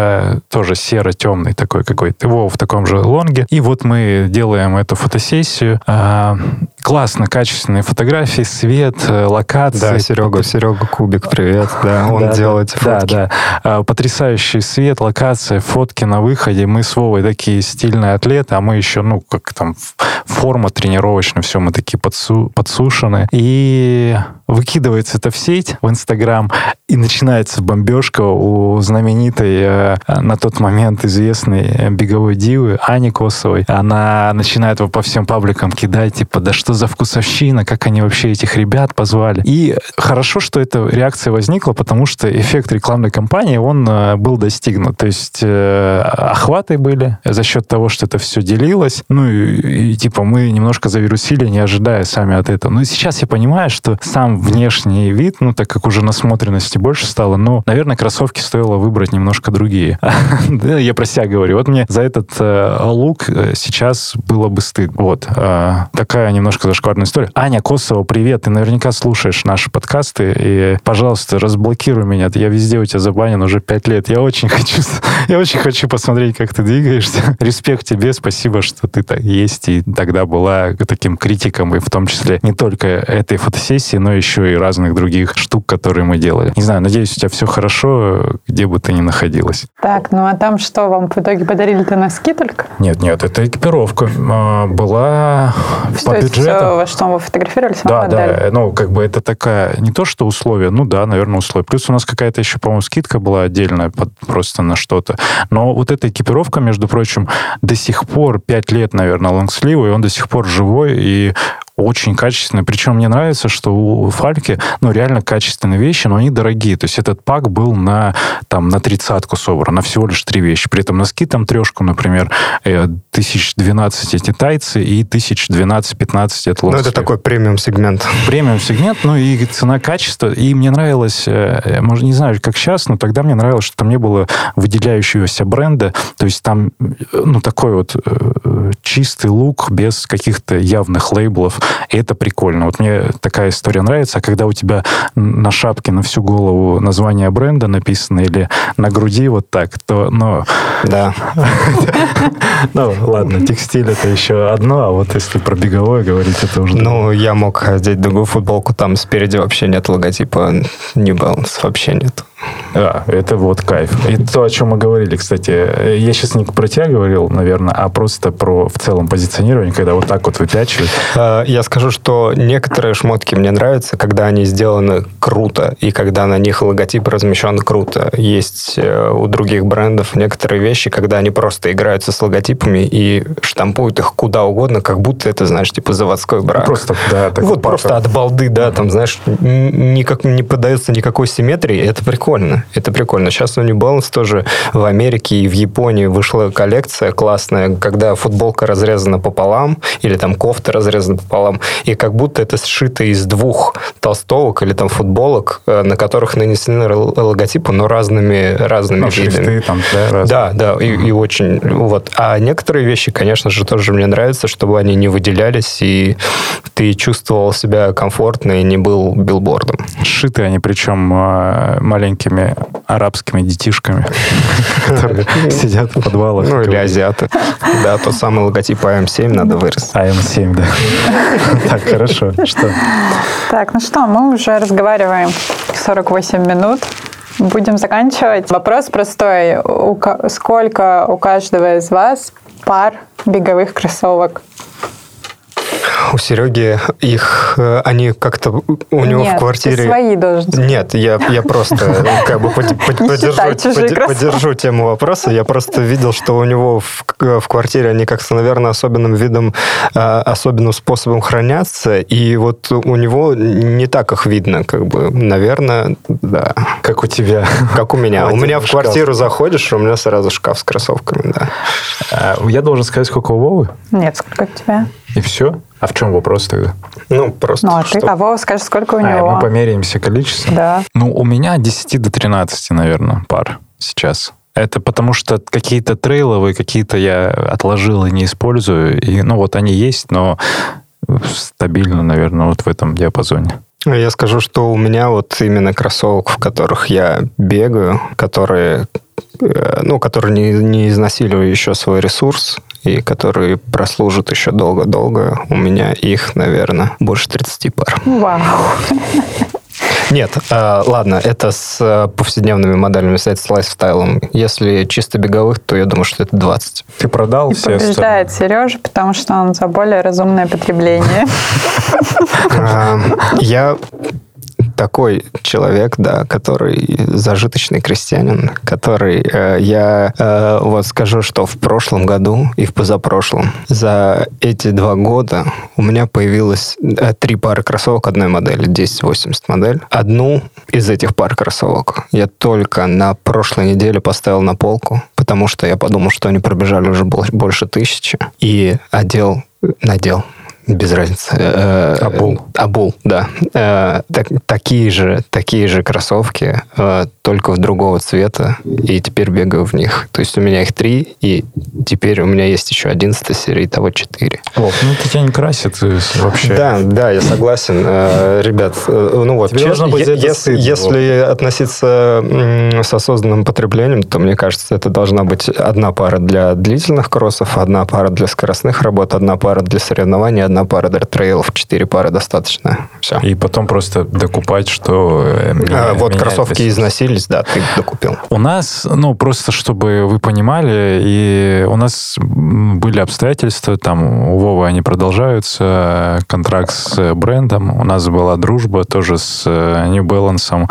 Speaker 1: тоже серо-темный такой какой-то. Вова в таком же лонге. И вот мы делаем эту фотосессию. Классно, качественные фотографии, свет, локации.
Speaker 3: Да, Серега Кубик, привет. Да, он делает фотки.
Speaker 1: Да. Потрясающий свет, локация, фотки на выходе. Мы с Вовой такие стильные атлеты, а мы еще, ну, как там, форма тренировочная, все, мы такие подсушены. И выкидывается это в сеть, в Инстаграм, и начинается бомбежка у знаменитой, на тот момент известной беговой дивы Ани Косовой. Она начинает по всем пабликам кидать, типа, да что за вкусовщина, как они вообще этих ребят позвали. И хорошо, что эта реакция возникла, потому что эффект рекламной кампании, он был достигнут. То есть охваты были за счет того, что это все делилось. Ну и типа мы немножко завирусили, не ожидая сами от этого. Но сейчас я понимаю, что сам внешний вид, ну так как уже насмотренности больше стало, ну, наверное, кроссовки стоило выбрать немножко другие. Я про себя говорю. Вот мне за этот лук сейчас было бы стыдно. Вот. Такая немножко зашкварная история. Аня Косова, привет. Ты наверняка слушаешь наши подкасты. И, пожалуйста, разблокируй меня. Я везде у тебя забанен уже 5 лет. Я очень хочу посмотреть, как ты двигаешься. Респект тебе. Спасибо, что ты так есть. И тогда была таким критиком. И в том числе не только этой фотосессии, но еще и разных других штук, которые мы делали. Не знаю, надеюсь, у тебя все хорошо, где бы ты ни находилась.
Speaker 2: Так, ну а там что, вам в итоге подарили-то носки только?
Speaker 1: Нет, это экипировка. Была по бюджету.
Speaker 2: Все, во что вы фотографировались, вам отдали?
Speaker 1: Да, ну, как бы это такая, не то что условие, ну да, наверное, условие. Плюс у нас какая-то еще, по-моему, скидка была отдельная просто на что-то. Но вот эта экипировка, между прочим, до сих пор 5 лет, наверное, лонгслива, и он до сих пор живой, и очень качественный. Причем мне нравится, что у Фальки, ну, реально качественные вещи, но они дорогие. То есть этот пак был на 30-ку собран, на всего лишь 3 вещи. При этом носки там 3, например, 1012 эти тайцы и 1012-15 это лонгслив.
Speaker 3: Ну, это такой премиум-сегмент.
Speaker 1: Премиум-сегмент, ну, и цена-качество. И мне нравилось, может, не знаю, как сейчас, но тогда мне нравилось, что там не было выделяющегося бренда. То есть там, ну, такой вот чистый лук без каких-то явных лейблов. И это прикольно. Вот мне такая история нравится. А когда у тебя на шапке на всю голову название бренда написано или на груди вот так, то, ну...
Speaker 3: Да.
Speaker 1: Ну, ладно, текстиль это еще одно, а вот если про беговое говорить, это уже...
Speaker 3: Ну, я мог одеть другую футболку, там спереди вообще нет логотипа New Balance, вообще нет.
Speaker 1: Это вот кайф. И то, о чем мы говорили, кстати. Я сейчас не про тебя говорил, наверное, а просто про в целом позиционирование, когда вот так вот выпячивают.
Speaker 3: Я скажу, что некоторые шмотки мне нравятся, когда они сделаны круто, и когда на них логотип размещен круто. Есть у других брендов некоторые вещи, когда они просто играются с логотипами и штампуют их куда угодно, как будто это, знаешь, типа заводской брак.
Speaker 1: Просто, да.
Speaker 3: Вот просто от балды, да, там, знаешь, никак не поддается никакой симметрии. Это прикольно. Это прикольно. Сейчас у New Balance тоже в Америке и в Японии вышла коллекция классная, когда футболка разрезана пополам, или там кофта разрезана пополам, и как будто это сшито из двух толстовок или там футболок, на которых нанесены логотипы, но разными видами.
Speaker 1: Шрифты там, да?
Speaker 3: Да, и очень... Вот. А некоторые вещи, конечно же, тоже мне нравятся, чтобы они не выделялись, и ты чувствовал себя комфортно и не был билбордом.
Speaker 1: Сшиты они, причем маленькими арабскими детишками, которые сидят в подвалах.
Speaker 3: Ну, или азиаты. Да, тот самый логотип AM7 надо вырезать.
Speaker 1: AM7, да. Так, хорошо. Что?
Speaker 2: Так, ну что, мы уже разговариваем 48 минут. Будем заканчивать. Вопрос простой. Сколько у каждого из вас пар беговых кроссовок?
Speaker 3: У Сереги они как-то у него в квартире...
Speaker 2: Ты свои должен.
Speaker 3: Нет, я просто как бы поддержу тему вопроса. Я просто видел, что у него в квартире они как-то, наверное, особенным видом, особенным способом хранятся, и вот у него не так их видно, как бы, наверное, да.
Speaker 1: Как у тебя.
Speaker 3: Как у меня. У меня в квартиру заходишь, у меня сразу шкаф с кроссовками, да.
Speaker 1: Я должен сказать, сколько у Вовы?
Speaker 2: Нет, сколько у тебя?
Speaker 1: И все? А в чем вопрос тогда?
Speaker 3: Ну, просто...
Speaker 2: Ну, а ты? А Вова скажешь, сколько у него?
Speaker 1: Мы померяемся количеством?
Speaker 2: Да.
Speaker 1: Ну, у меня от 10 до 13, наверное, пар сейчас. Это потому что какие-то трейловые, какие-то я отложил и не использую. И, ну, вот они есть, но стабильно, наверное, вот в этом диапазоне.
Speaker 3: Я скажу, что у меня вот именно кроссовок, в которых я бегаю, которые не изнасиливают еще свой ресурс, и которые прослужат еще долго-долго, у меня их, наверное, больше 30 пар.
Speaker 2: Вау.
Speaker 3: Нет, ладно, это с повседневными моделями, с лайфстайлом. Если чисто беговых, то я думаю, что это 20.
Speaker 1: Ты продал все остальные?
Speaker 2: Побеждает Сережа, потому что он за более разумное потребление.
Speaker 3: Я такой человек, да, который зажиточный крестьянин, который я вот скажу, что в прошлом году и в позапрошлом за эти 2 года у меня появилось 3 пары кроссовок одной модели, 1080 модель. Одну из этих пар кроссовок я только на прошлой неделе поставил на полку, потому что я подумал, что они пробежали уже больше 1000, и надел. Без разницы. Обул, да. Такие же кроссовки, только в другого цвета, и теперь бегаю в них. То есть у меня их 3, и теперь у меня есть еще 11 серия, итого 4.
Speaker 1: Вов, ну это тебя не красит вообще.
Speaker 3: Да, я согласен. Ребят, ну вот, честно, если относиться с осознанным потреблением, то, мне кажется, это должна быть одна пара для длительных кроссов, одна пара для скоростных работ, одна пара для соревнований, одна пара для трейлов, 4 пары достаточно. Все.
Speaker 1: И потом просто докупать, что...
Speaker 3: вот кроссовки износились, да, ты докупил.
Speaker 1: У нас, ну, просто чтобы вы понимали, и у нас были обстоятельства, там у Вовы они продолжаются, контракт с брендом, у нас была дружба тоже с New Balance,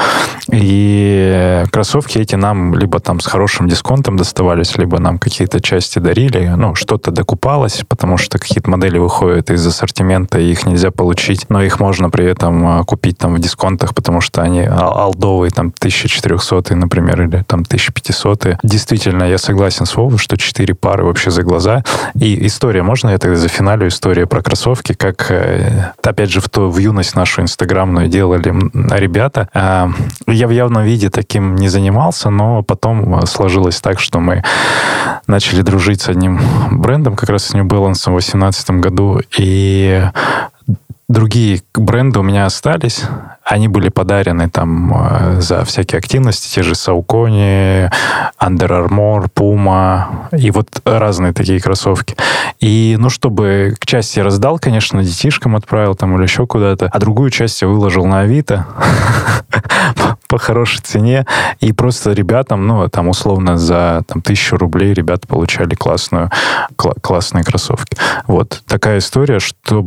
Speaker 1: и кроссовки эти нам либо там с хорошим дисконтом доставались, либо нам какие-то части дарили, ну, что-то докупалось, потому что какие-то модели выходят из ассортимента, и их нельзя получить, но их можно при этом купить там в дисконтах, потому что они олдовые, там 1400, например, или там 1500. Действительно, я согласен с Вовой, что 4 пары вообще за глаза. И история, можно я тогда зафиналю историю про кроссовки, как, опять же, в юность нашу инстаграмную делали ребята. Я в явном виде таким не занимался, но потом сложилось так, что мы начали дружить с одним брендом, как раз с New Balance в 2018 году, и другие бренды у меня остались. Они были подарены там за всякие активности, те же Saucony, Under Armour, Puma, и вот разные такие кроссовки. И, ну, чтобы к части я раздал, конечно, детишкам отправил там или еще куда-то, а другую часть я выложил на Авито. по хорошей цене. И просто ребятам, ну, там, условно, за 1000 рублей ребята получали классные кроссовки. Вот. Такая история,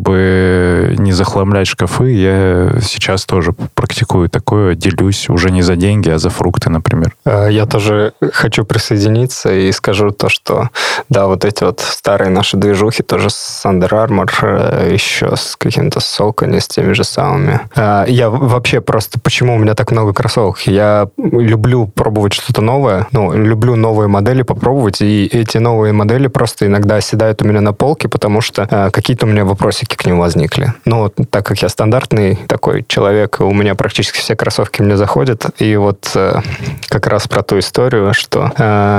Speaker 1: чтобы не захламлять шкафы, я сейчас тоже практикую такое, делюсь уже не за деньги, а за фрукты, например.
Speaker 3: Я тоже хочу присоединиться и скажу то, что, да, вот эти вот старые наши движухи, тоже с Under Armour, еще с каким-то Saucony, с теми же самыми. Я вообще просто, почему у меня так много кроссовок? Я люблю пробовать что-то новое, ну, люблю новые модели попробовать, и эти новые модели просто иногда оседают у меня на полке, потому что какие-то у меня вопросики к ним возникли. Ну, так как я стандартный такой человек, у меня практически все кроссовки мне заходят, и вот как раз про ту историю, что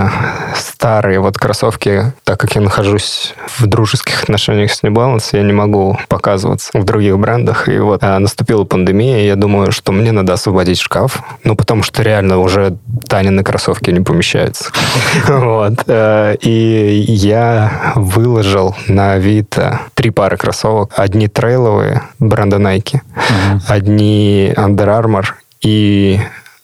Speaker 3: старые вот кроссовки, так как я нахожусь в дружеских отношениях с New Balance, я не могу показываться в других брендах, и вот наступила пандемия, и я думаю, что мне надо освободить шкаф, ну, потому что реально уже Танины кроссовки не помещаются. Вот. И я выложил на Авито 3 пары кроссовок. Одни трейловые бренда Nike, одни Under Armour и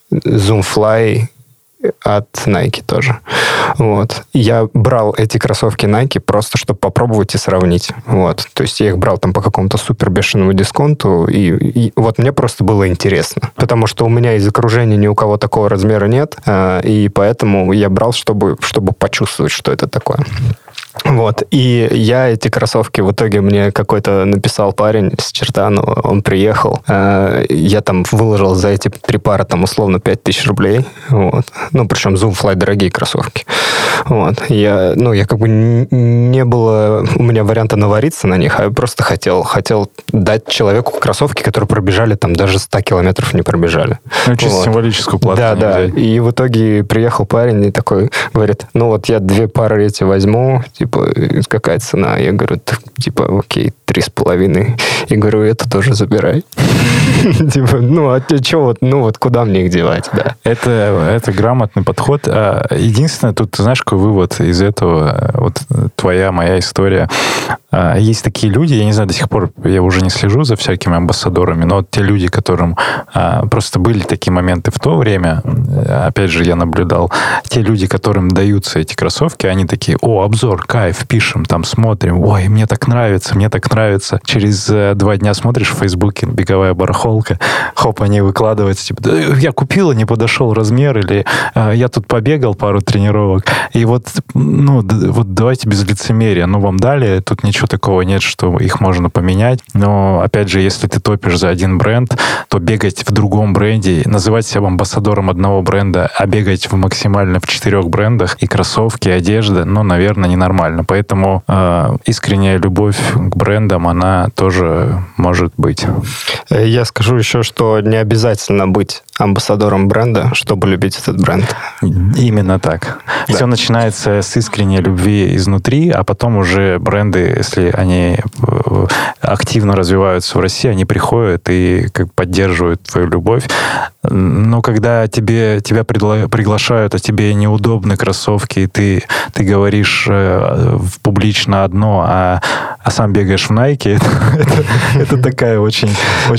Speaker 3: Zoomfly от Nike тоже. Вот. Я брал эти кроссовки Nike просто, чтобы попробовать и сравнить. Вот. То есть я их брал там по какому-то супер бешеному дисконту, и вот мне просто было интересно. Потому что у меня из окружения ни у кого такого размера нет, и поэтому я брал, чтобы почувствовать, что это такое. Вот, и я эти кроссовки, в итоге мне какой-то написал парень с Чертана, он приехал, я там выложил за эти 3 пары, там, условно, 5000 рублей, вот, ну, причем Zoomfly дорогие кроссовки, вот, я как бы не было у меня варианта навариться на них, а я просто хотел дать человеку кроссовки, которые пробежали, там, даже 100 километров не пробежали.
Speaker 1: Ну, чисто символическую плату.
Speaker 3: Да, и в итоге приехал парень и такой говорит, ну, вот я 2 пары эти возьму, типа, какая цена? Я говорю, типа, окей, 3,5. И говорю, это тоже забирай. Типа, ну, а что, ну, вот куда мне их девать, да?
Speaker 1: Это грамотный подход. Единственное, тут, знаешь, какой вывод из этого, вот твоя, моя история. Есть такие люди, я не знаю, до сих пор я уже не слежу за всякими амбассадорами, но вот те люди, которым просто были такие моменты в то время, опять же, я наблюдал, те люди, которым даются эти кроссовки, они такие, о, обзор, кайф, пишем, там, смотрим, ой, мне так нравится. Через 2 дня смотришь в Фейсбуке, беговая барахолка, хоп, они выкладываются, типа, да, я купил, не подошел размер, или я тут побегал пару тренировок, и вот, ну, вот давайте без лицемерия, ну, вам дали, тут ничего такого нет, что их можно поменять, но, опять же, если ты топишь за один бренд, то бегать в другом бренде, называть себя амбассадором одного бренда, а бегать максимально в 4 брендах, и кроссовки, и одежда, ну, наверное, ненормально, поэтому искренняя любовь к брендам, она тоже может быть.
Speaker 3: Я скажу еще, что не обязательно быть амбассадором бренда, чтобы любить этот бренд.
Speaker 1: Именно так. Да. Все начинается с искренней любви изнутри, а потом уже бренды, если они активно развиваются в России, они приходят и как поддерживают твою любовь. Но когда тебя приглашают, а тебе неудобны кроссовки, и ты говоришь публично одно, а сам бегаешь в Nike, это такая очень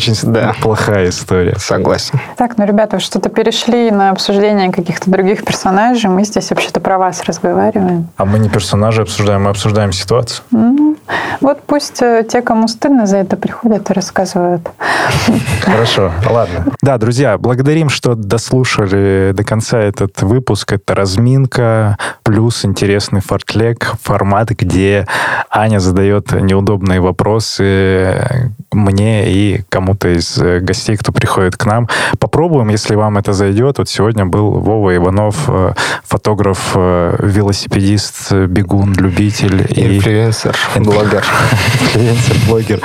Speaker 1: плохая история.
Speaker 3: Согласен.
Speaker 2: Так, ну, ребята, вы что-то перешли на обсуждение каких-то других персонажей. Мы здесь вообще-то про вас разговариваем.
Speaker 1: А мы не персонажей обсуждаем, мы обсуждаем ситуацию.
Speaker 2: Вот пусть те, кому стыдно за это, приходят и рассказывают.
Speaker 1: Хорошо, ладно. Да, друзья, благодарим, что дослушали до конца этот выпуск. Это разминка плюс интересный фортлек, формат, где Аня задает неудобные вопросы мне и кому-то из гостей, кто приходит к нам. Попробуем, если вам это зайдет. Вот сегодня был Вова Иванов, фотограф, велосипедист, бегун, любитель.
Speaker 3: Инфлюенсер, блогер.
Speaker 1: Инфлюенсер, блогер,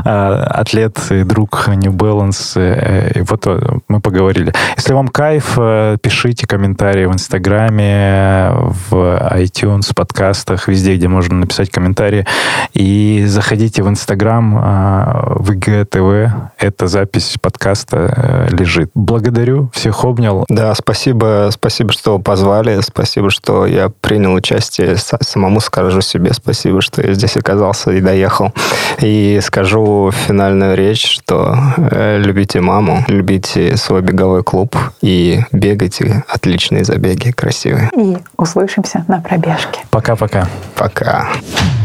Speaker 1: атлет и друг New Balance. И вот мы поговорили. Если вам кайф, пишите комментарии в Инстаграме, в iTunes, подкастах, везде, где можно написать комментарии. И заходите в Инстаграм, в ИГТВ эта запись подкаста лежит. Благодарю, всех обнял.
Speaker 3: Да, спасибо, что позвали, спасибо, что я принял участие. Самому скажу себе спасибо, что я здесь оказался и доехал. И скажу финальную речь, что любите маму, любите свой беговой клуб и бегайте отличные забеги, красивые.
Speaker 2: И услышимся на пробежке.
Speaker 1: Пока-пока.
Speaker 3: Пока.